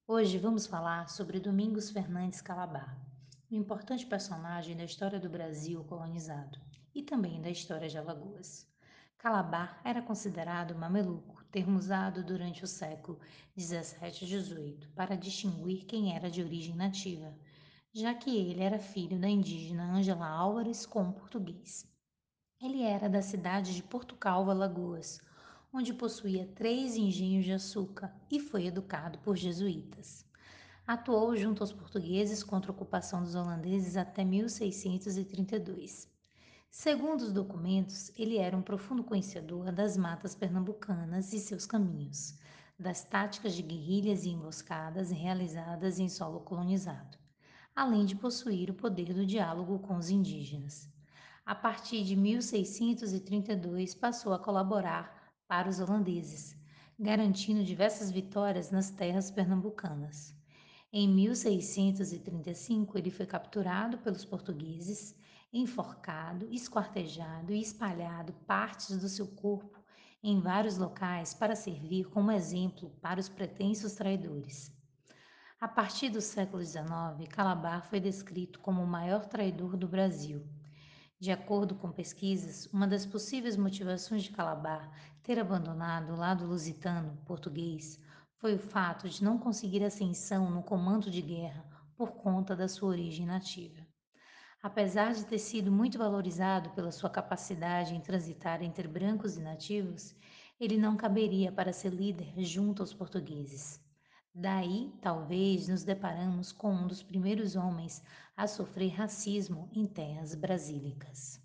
Hoje vamos falar sobre Domingos Fernandes Calabar, um importante personagem da história do Brasil colonizado e também da história de Alagoas. Calabar era considerado mameluco, termo usado durante o século XVII e XVIII para distinguir quem era de origem nativa, já que ele era filho da indígena Ângela Álvares com um português. Ele era da cidade de Porto Calvo, Alagoas, onde possuía 3 engenhos de açúcar e foi educado por jesuítas. Atuou junto aos portugueses contra a ocupação dos holandeses até 1632. Segundo os documentos, ele era um profundo conhecedor das matas pernambucanas e seus caminhos, das táticas de guerrilhas e emboscadas realizadas em solo colonizado, além de possuir o poder do diálogo com os indígenas. A partir de 1632, passou a colaborar para os holandeses, garantindo diversas vitórias nas terras pernambucanas. Em 1635, ele foi capturado pelos portugueses, enforcado, esquartejado e espalhado partes do seu corpo em vários locais para servir como exemplo para os pretensos traidores. A partir do século XIX, Calabar foi descrito como o maior traidor do Brasil. De acordo com pesquisas, uma das possíveis motivações de Calabar ter abandonado o lado lusitano, português, foi o fato de não conseguir ascensão no comando de guerra por conta da sua origem nativa. Apesar de ter sido muito valorizado pela sua capacidade em transitar entre brancos e nativos, ele não caberia para ser líder junto aos portugueses. Daí, talvez, nos deparamos com um dos primeiros homens a sofrer racismo em terras brasílicas.